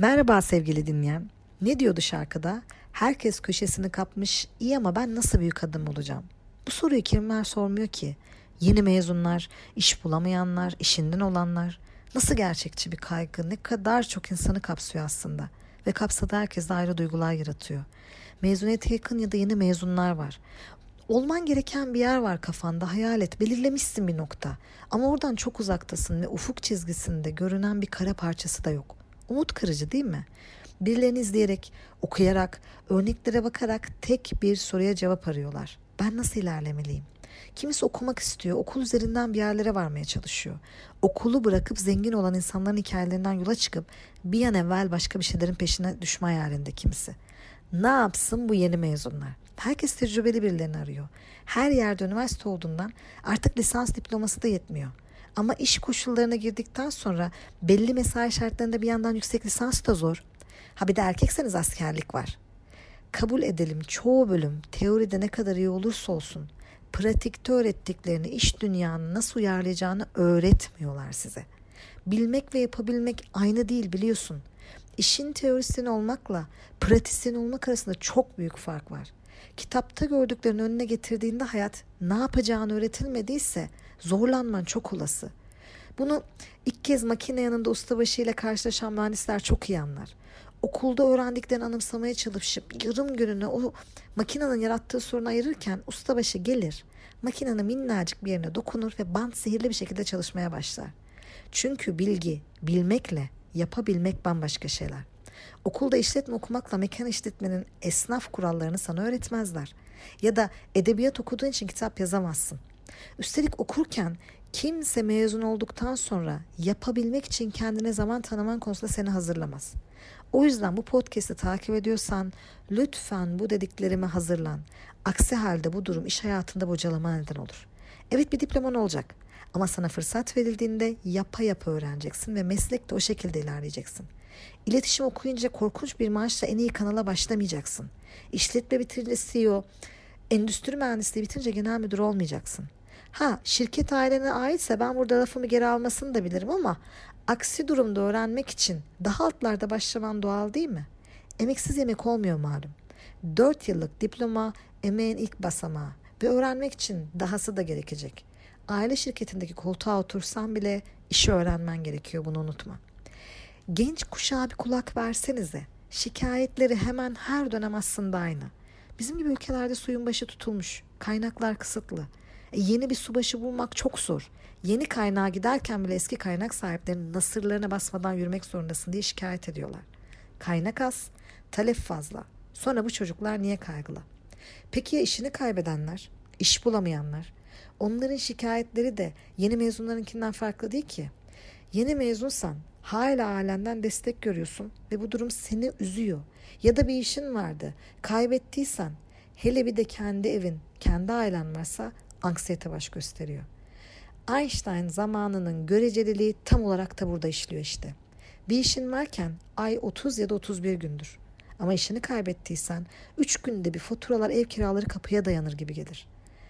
Merhaba sevgili dinleyen. Ne diyordu şarkıda? Herkes köşesini kapmış, iyi ama ben nasıl büyük adam olacağım? Bu soruyu kimler sormuyor ki? Yeni mezunlar, iş bulamayanlar, işinden olanlar. Nasıl gerçekçi bir kaygı, ne kadar çok insanı kapsıyor aslında. Ve kapsadığı herkeste ayrı duygular yaratıyor. Mezuniyete yakın ya da yeni mezunlar var. Olman gereken bir yer var kafanda, hayal et, belirlemişsin bir nokta. Ama oradan çok uzaktasın ve ufuk çizgisinde görünen bir kara parçası da yok. Umut kırıcı değil mi? Birilerini izleyerek, okuyarak, örneklere bakarak tek bir soruya cevap arıyorlar. Ben nasıl ilerlemeliyim? Kimisi okumak istiyor, okul üzerinden bir yerlere varmaya çalışıyor. Okulu bırakıp zengin olan insanların hikayelerinden yola çıkıp bir an evvel başka bir şeylerin peşine düşme hayalinde kimisi. Ne yapsın bu yeni mezunlar? Herkes tecrübeli birilerini arıyor. Her yerde üniversite olduğundan artık lisans diploması da yetmiyor. Ama iş koşullarına girdikten sonra belli mesai şartlarında bir yandan yüksek lisans da zor. Ha bir de erkekseniz askerlik var. Kabul edelim çoğu bölüm teoride ne kadar iyi olursa olsun pratikte öğrettiklerini iş dünyanın nasıl uyarlayacağını öğretmiyorlar size. Bilmek ve yapabilmek aynı değil biliyorsun. İşin teorisyen olmakla pratisyen olmak arasında çok büyük fark var. Kitapta gördüklerini önüne getirdiğinde hayat ne yapacağını öğretilmediyse zorlanman çok olası. Bunu ilk kez makine yanında ustabaşıyla karşılaşan mühendisler çok iyi anlar. Okulda öğrendiklerini anımsamaya çalışıp yarım gününü o makinenin yarattığı sorunu ayırırken ustabaşı gelir, makinenin minnacık bir yerine dokunur ve bant sihirli bir şekilde çalışmaya başlar. Çünkü bilgi, bilmekle yapabilmek bambaşka şeyler. Okulda işletme okumakla mekan işletmenin esnaf kurallarını sana öğretmezler. Ya da edebiyat okuduğun için kitap yazamazsın. Üstelik okurken kimse mezun olduktan sonra yapabilmek için kendine zaman tanıman konusunda seni hazırlamaz. O yüzden bu podcast'ı takip ediyorsan lütfen bu dediklerime hazırlan. Aksi halde bu durum iş hayatında bocalama neden olur. Evet bir diploman olacak ama sana fırsat verildiğinde yapa yapa öğreneceksin ve meslekte o şekilde ilerleyeceksin. İletişim okuyunca korkunç bir maaşla en iyi kanala başlamayacaksın. İşletme bitirince CEO, endüstri mühendisliği bitirince genel müdür olmayacaksın. Şirket ailene aitse ben burada lafımı geri almasını da bilirim ama aksi durumda öğrenmek için daha altlarda başlaman doğal değil mi? Emeksiz yemek olmuyor malum. 4 yıllık diploma emeğin ilk basamağı ve öğrenmek için dahası da gerekecek. Aile şirketindeki koltuğa otursan bile işi öğrenmen gerekiyor, bunu unutma. Genç kuşağa bir kulak versenize. Şikayetleri hemen her dönem aslında aynı. Bizim gibi ülkelerde suyun başı tutulmuş, kaynaklar kısıtlı. Yeni bir subaşı bulmak çok zor. Yeni kaynağa giderken bile eski kaynak sahiplerinin nasırlarına basmadan yürümek zorundasın diye şikayet ediyorlar. Kaynak az, talep fazla. Sonra bu çocuklar niye kaygılı? Peki ya işini kaybedenler, iş bulamayanlar? Onların şikayetleri de yeni mezunlarınkinden farklı değil ki. Yeni mezunsan hala ailenden destek görüyorsun ve bu durum seni üzüyor. Ya da bir işin vardı, kaybettiysen, hele bir de kendi evin, kendi ailen varsa anksiyete baş gösteriyor. Einstein zamanının göreceliliği tam olarak da burada işliyor işte. Bir işin varken ay 30 ya da 31 gündür. Ama işini kaybettiysen 3 günde bir faturalar, ev kiraları kapıya dayanır gibi gelir.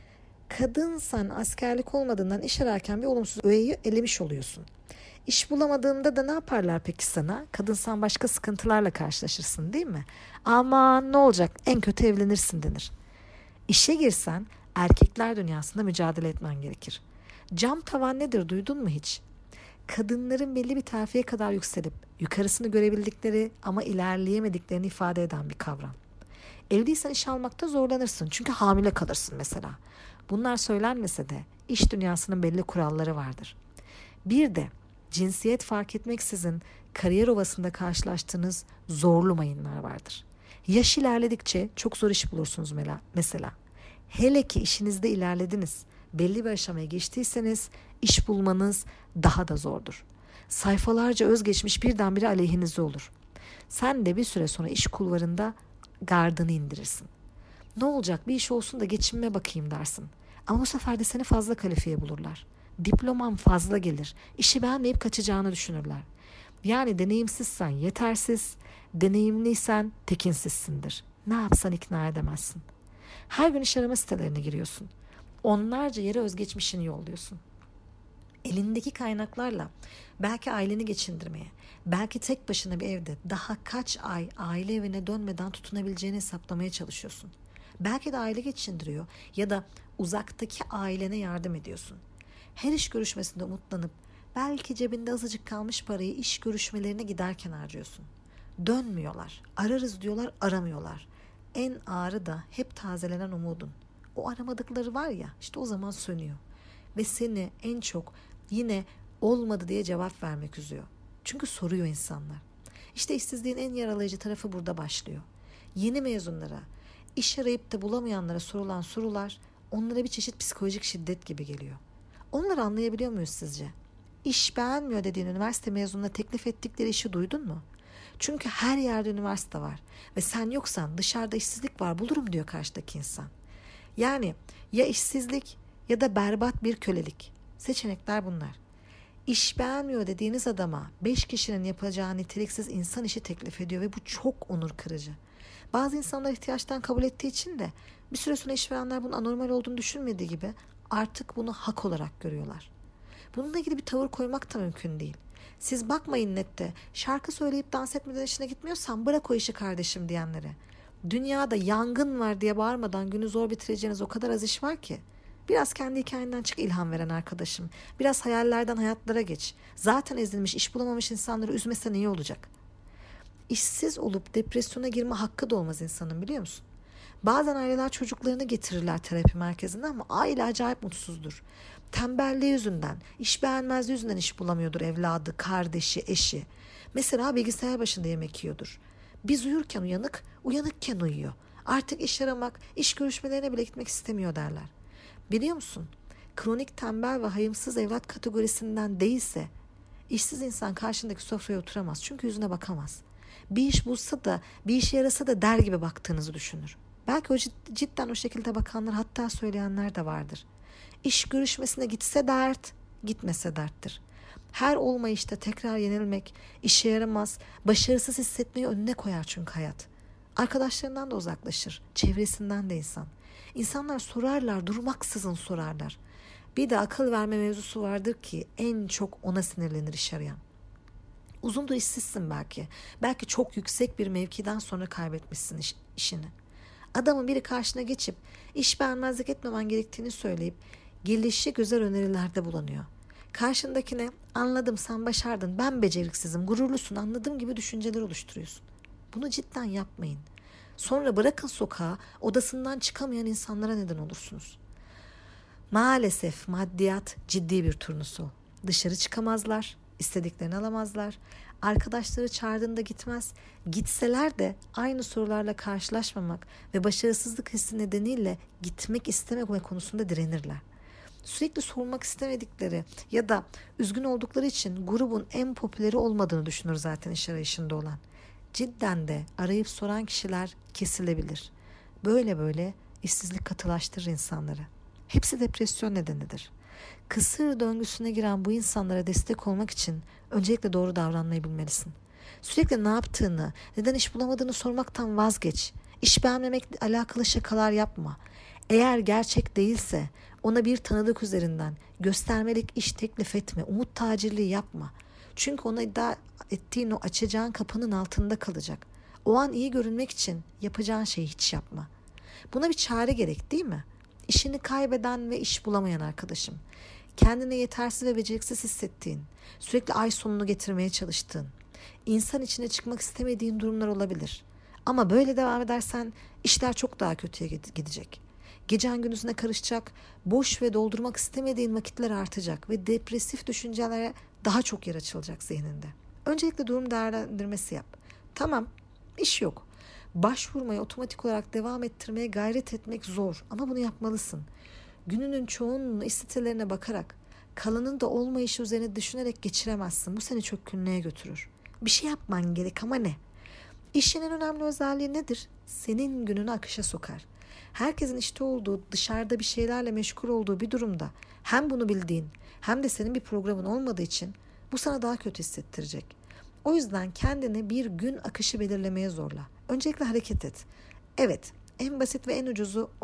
Kadınsan askerlik olmadığından iş ararken bir olumsuz öğeyi elemiş oluyorsun. İş bulamadığında da ne yaparlar peki sana? Kadınsan başka sıkıntılarla karşılaşırsın değil mi? Aman ne olacak, en kötü evlenirsin denir. İşe girsen erkekler dünyasında mücadele etmen gerekir. Cam tavan nedir duydun mu hiç? Kadınların belli bir terfiye kadar yükselip yukarısını görebildikleri ama ilerleyemediklerini ifade eden bir kavram. Evliysen iş almakta zorlanırsın çünkü hamile kalırsın mesela. Bunlar söylenmese de iş dünyasının belli kuralları vardır. Bir de cinsiyet fark etmeksizin kariyer ovasında karşılaştığınız zorlu mayınlar vardır. Yaş ilerledikçe çok zor iş bulursunuz mesela. Hele ki işinizde ilerlediniz, belli bir aşamaya geçtiyseniz iş bulmanız daha da zordur. Sayfalarca özgeçmiş birdenbire aleyhinizde olur. Sen de bir süre sonra iş kulvarında gardını indirirsin. Ne olacak bir iş olsun da geçinme bakayım dersin. Ama bu sefer de seni fazla kalifiye bulurlar. Diploman fazla gelir. İşi beğenmeyip kaçacağını düşünürler. Yani deneyimsizsen yetersiz, deneyimliysen tekinsizsindir. Ne yapsan ikna edemezsin. Her gün iş arama sitelerine giriyorsun. Onlarca yere özgeçmişini yolluyorsun. Elindeki kaynaklarla belki aileni geçindirmeye, belki tek başına bir evde daha kaç ay aile evine dönmeden tutunabileceğini hesaplamaya çalışıyorsun. Belki de aile geçindiriyor ya da uzaktaki ailene yardım ediyorsun. Her iş görüşmesinde umutlanıp belki cebinde azıcık kalmış parayı iş görüşmelerine giderken harcıyorsun. Dönmüyorlar, ararız diyorlar, aramıyorlar. En ağrı da hep tazelenen umudun. O aramadıkları var ya, işte o zaman sönüyor. Ve seni en çok yine olmadı diye cevap vermek üzüyor. Çünkü soruyor insanlar. İşte işsizliğin en yaralayıcı tarafı burada başlıyor. Yeni mezunlara, iş arayıp da bulamayanlara sorulan sorular onlara bir çeşit psikolojik şiddet gibi geliyor. Onları anlayabiliyor muyuz sizce? İş beğenmiyor dediğin üniversite mezununa teklif ettikleri işi duydun mu? Çünkü her yerde üniversite var ve sen yoksan dışarıda işsizlik var bulurum diyor karşıdaki insan. Yani ya işsizlik ya da berbat bir kölelik. Seçenekler bunlar. İş beğenmiyor dediğiniz adama 5 kişinin yapacağı niteliksiz insan işi teklif ediyor ve bu çok onur kırıcı. Bazı insanlar ihtiyaçtan kabul ettiği için de bir süre sonra işverenler bunun anormal olduğunu düşünmediği gibi artık bunu hak olarak görüyorlar. Bununla ilgili bir tavır koymak da mümkün değil. Siz bakmayın nette şarkı söyleyip dans etmeden işine gitmiyorsan bırak o işi kardeşim diyenlere. Dünyada yangın var diye bağırmadan günü zor bitireceğiniz o kadar az iş var ki. Biraz kendi hikayenden çık ilham veren arkadaşım. Biraz hayallerden hayatlara geç. Zaten ezilmiş, iş bulamamış insanları üzmesen iyi olacak. İşsiz olup depresyona girme hakkı da olmaz insanın, biliyor musun? Bazen aileler çocuklarını getirirler terapi merkezine ama aile acayip mutsuzdur. Tembelliği yüzünden, iş beğenmezliği yüzünden iş bulamıyordur evladı, kardeşi, eşi. Mesela bilgisayar başında yemek yiyordur. Biz uyurken uyanık, uyanıkken uyuyor. Artık iş aramak, iş görüşmelerine bile gitmek istemiyor derler. Biliyor musun? Kronik tembel ve hayımsız evlat kategorisinden değilse işsiz insan karşındaki sofraya oturamaz. Çünkü yüzüne bakamaz. Bir iş bulsa da, bir işe yarasa da der gibi baktığınızı düşünür. Belki o cidden o şekilde bakanlar, hatta söyleyenler de vardır. İş görüşmesine gitse dert, gitmese derttir. Her olmayışta tekrar yenilmek, işe yaramaz, başarısız hissetmeyi önüne koyar çünkü hayat. Arkadaşlarından da uzaklaşır, çevresinden de insan. İnsanlar sorarlar, durmaksızın sorarlar. Bir de akıl verme mevzusu vardır ki en çok ona sinirlenir iş arayan. Uzundur işsizsin belki. Belki çok yüksek bir mevkiden sonra kaybetmişsin işini. Adamın biri karşına geçip iş beğenmezlik etmemen gerektiğini söyleyip gelişi güzel önerilerde bulunuyor. Karşındakine anladım sen başardın, ben beceriksizim, gururlusun, anladığım gibi düşünceler oluşturuyorsun. Bunu cidden yapmayın. Sonra bırakın sokağa, odasından çıkamayan insanlara neden olursunuz. Maalesef maddiyat ciddi bir turnusol. Dışarı çıkamazlar, istediklerini alamazlar. Arkadaşları çağırdığında gitmez. Gitseler de aynı sorularla karşılaşmamak ve başarısızlık hissi nedeniyle gitmek istememe konusunda direnirler. Sürekli sormak istemedikleri ya da üzgün oldukları için grubun en popüleri olmadığını düşünür zaten iş arayışında olan. Cidden de arayıp soran kişiler kesilebilir. Böyle böyle işsizlik katılaştırır insanları. Hepsi depresyon nedenidir. Kısır döngüsüne giren bu insanlara destek olmak için öncelikle doğru davranmayı bilmelisin. Sürekli ne yaptığını, neden iş bulamadığını sormaktan vazgeç. İş beğenmemekle alakalı şakalar yapma. Eğer gerçek değilse ona bir tanıdık üzerinden göstermelik iş teklif etme, umut tacirliği yapma. Çünkü ona iddia ettiğin o açacağın kapının altında kalacak. O an iyi görünmek için yapacağın şeyi hiç yapma. Buna bir çare gerek, değil mi? İşini kaybeden ve iş bulamayan arkadaşım. Kendine yetersiz ve beceriksiz hissettiğin, sürekli ay sonunu getirmeye çalıştığın, insan içine çıkmak istemediğin durumlar olabilir. Ama böyle devam edersen işler çok daha kötüye gidecek. Gecen gündüzüne karışacak, boş ve doldurmak istemediğin vakitler artacak ve depresif düşüncelere daha çok yer açılacak zihninde. Öncelikle durum değerlendirmesi yap. Tamam, iş yok. Başvurmaya otomatik olarak devam ettirmeye gayret etmek zor ama bunu yapmalısın. Gününün çoğunluğunu iş sitelerine bakarak, kalanın da olmayışı üzerine düşünerek geçiremezsin. Bu seni çökkünlüğe götürür. Bir şey yapman gerek ama ne? İşin en önemli özelliği nedir? Senin gününü akışa sokar. Herkesin işte olduğu, dışarıda bir şeylerle meşgul olduğu bir durumda hem bunu bildiğin hem de senin bir programın olmadığı için bu sana daha kötü hissettirecek. O yüzden kendini bir gün akışı belirlemeye zorla. Öncelikle hareket et. Evet, en basit ve en ucuzu o.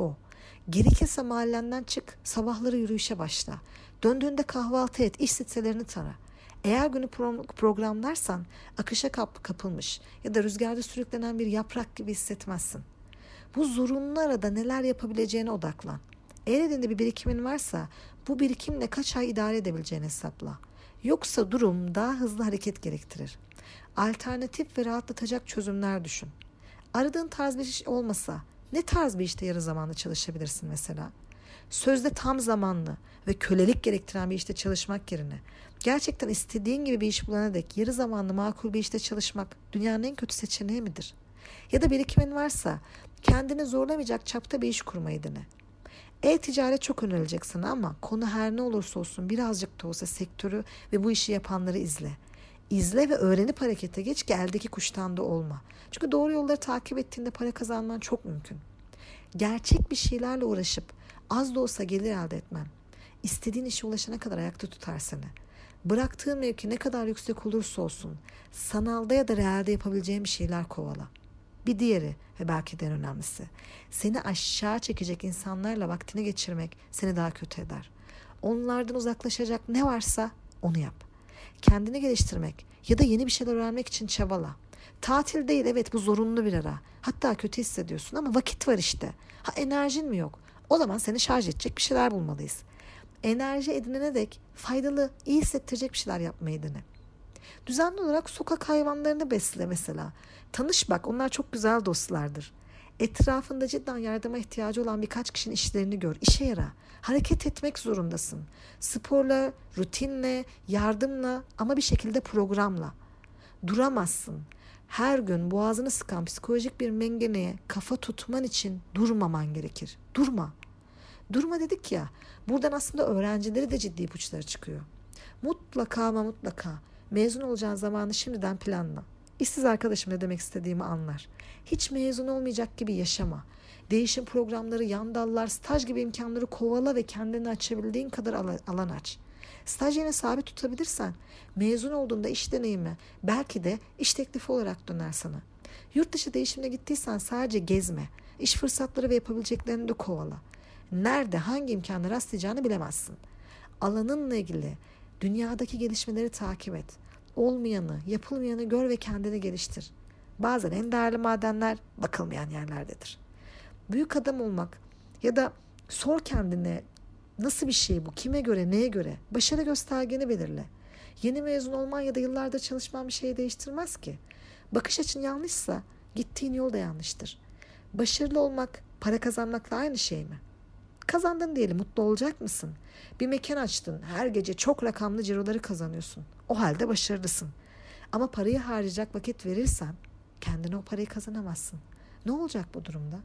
Gerekirse mahallenden çık, sabahları yürüyüşe başla. Döndüğünde kahvaltı et, iş sitelerini tara. Eğer günü programlarsan akışa kapılmış ya da rüzgarda sürüklenen bir yaprak gibi hissetmezsin. Bu zorunlu arada neler yapabileceğine odaklan. Eğer elinde bir birikimin varsa bu birikimle kaç ay idare edebileceğini hesapla. Yoksa durum daha hızlı hareket gerektirir. Alternatif ve rahatlatacak çözümler düşün. Aradığın tarz bir iş olmasa ne tarz bir işte yarı zamanlı çalışabilirsin mesela? Sözde tam zamanlı ve kölelik gerektiren bir işte çalışmak yerine gerçekten istediğin gibi bir iş bulana dek yarı zamanlı makul bir işte çalışmak dünyanın en kötü seçeneği midir? Ya da birikimin varsa kendini zorlamayacak çapta bir iş kurmayı dene. E-ticaret çok önerilecek sana ama konu her ne olursa olsun birazcık da olsa sektörü ve bu işi yapanları izle. İzle ve öğrenip harekete geç ki eldeki kuştan da olma. Çünkü doğru yolları takip ettiğinde para kazanman çok mümkün. Gerçek bir şeylerle uğraşıp az da olsa gelir elde etmen, istediğin işe ulaşana kadar ayakta tutar seni. Bıraktığın mevki ne kadar yüksek olursa olsun sanalda ya da realde yapabileceğin bir şeyler kovala. Bir diğeri ve belki de en önemlisi, seni aşağı çekecek insanlarla vaktini geçirmek seni daha kötü eder. Onlardan uzaklaşacak ne varsa onu yap. Kendini geliştirmek ya da yeni bir şeyler öğrenmek için çabala. Tatil değil, evet, bu zorunlu bir ara. Hatta kötü hissediyorsun ama vakit var işte. Enerjin mi yok? O zaman seni şarj edecek bir şeyler bulmalıyız. Enerji edinene dek faydalı, iyi hissettirecek bir şeyler yapmayı dene. Düzenli olarak sokak hayvanlarını besle mesela. Tanış bak, onlar çok güzel dostlardır. Etrafında cidden yardıma ihtiyacı olan birkaç kişinin işlerini gör. İşe yara. Hareket etmek zorundasın. Sporla, rutinle, yardımla ama bir şekilde programla. Duramazsın. Her gün boğazını sıkan psikolojik bir mengeneye kafa tutman için durmaman gerekir. Durma. Durma dedik ya, buradan aslında öğrencileri de ciddi ipuçları çıkıyor. Mutlaka ama mutlaka mezun olacağın zamanı şimdiden planla. İşsiz arkadaşım ne demek istediğimi anlar. Hiç mezun olmayacak gibi yaşama. Değişim programları, yan dallar, staj gibi imkanları kovala ve kendini açabildiğin kadar alan aç. Staj yerine sabit tutabilirsen mezun olduğunda iş deneyimi belki de iş teklifi olarak döner sana. Yurt dışı değişimine gittiysen sadece gezme. İş fırsatları ve yapabileceklerini de kovala. Nerede hangi imkanı rastlayacağını bilemezsin. Alanınla ilgili dünyadaki gelişmeleri takip et. Olmayanı, yapılmayanı gör ve kendini geliştir. Bazen en değerli madenler bakılmayan yerlerdedir. Büyük adam olmak ya da sor kendine, nasıl bir şey bu, kime göre, neye göre? Başarı göstergeni belirle. Yeni mezun olman ya da yıllardır çalışman bir şeyi değiştirmez ki. Bakış açın yanlışsa gittiğin yol da yanlıştır. Başarılı olmak para kazanmakla aynı şey mi? Kazandın diyelim, mutlu olacak mısın? Bir mekan açtın, her gece çok rakamlı ciroları kazanıyorsun. O halde başarılısın. Ama parayı harcayacak vakit verirsen kendine o parayı kazanamazsın. Ne olacak bu durumda?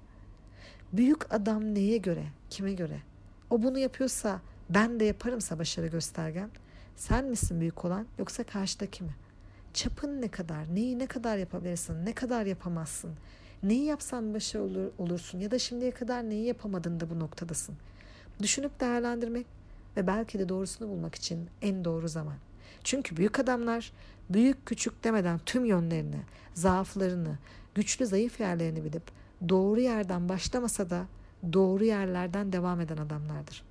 Büyük adam neye göre, kime göre? O bunu yapıyorsa ben de yaparımsa başarı göstergen, sen misin büyük olan yoksa karşıdaki mi? Çapın ne kadar, neyi ne kadar yapabilirsin, ne kadar yapamazsın? Neyi yapsan başarılı olursun ya da şimdiye kadar neyi yapamadın da bu noktadasın? Düşünüp değerlendirmek ve belki de doğrusunu bulmak için en doğru zaman. Çünkü büyük adamlar büyük küçük demeden tüm yönlerini, zaaflarını, güçlü zayıf yerlerini bilip doğru yerden başlamasa da doğru yerlerden devam eden adamlardır.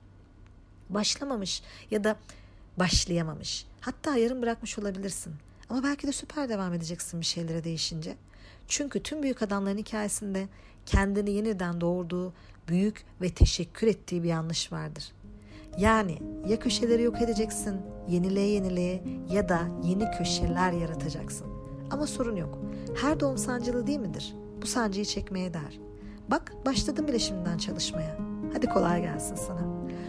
Başlamamış ya da başlayamamış, hatta yarım bırakmış olabilirsin. Ama belki de süper devam edeceksin bir şeylere değişince. Çünkü tüm büyük adamların hikayesinde kendini yeniden doğurduğu, büyük ve teşekkür ettiği bir yanlış vardır. Yani ya köşeleri yok edeceksin, yenileye yenileye ya da yeni köşeler yaratacaksın. Ama sorun yok. Her doğum sancılı değil midir? Bu sancıyı çekmeye değer. Bak, başladım bile şimdiden çalışmaya. Hadi kolay gelsin sana.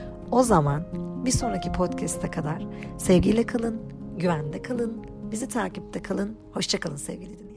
O zaman bir sonraki podcast'a kadar sevgiyle kalın, güvende kalın, bizi takipte kalın. Hoşça kalın sevgili dinleyiciler.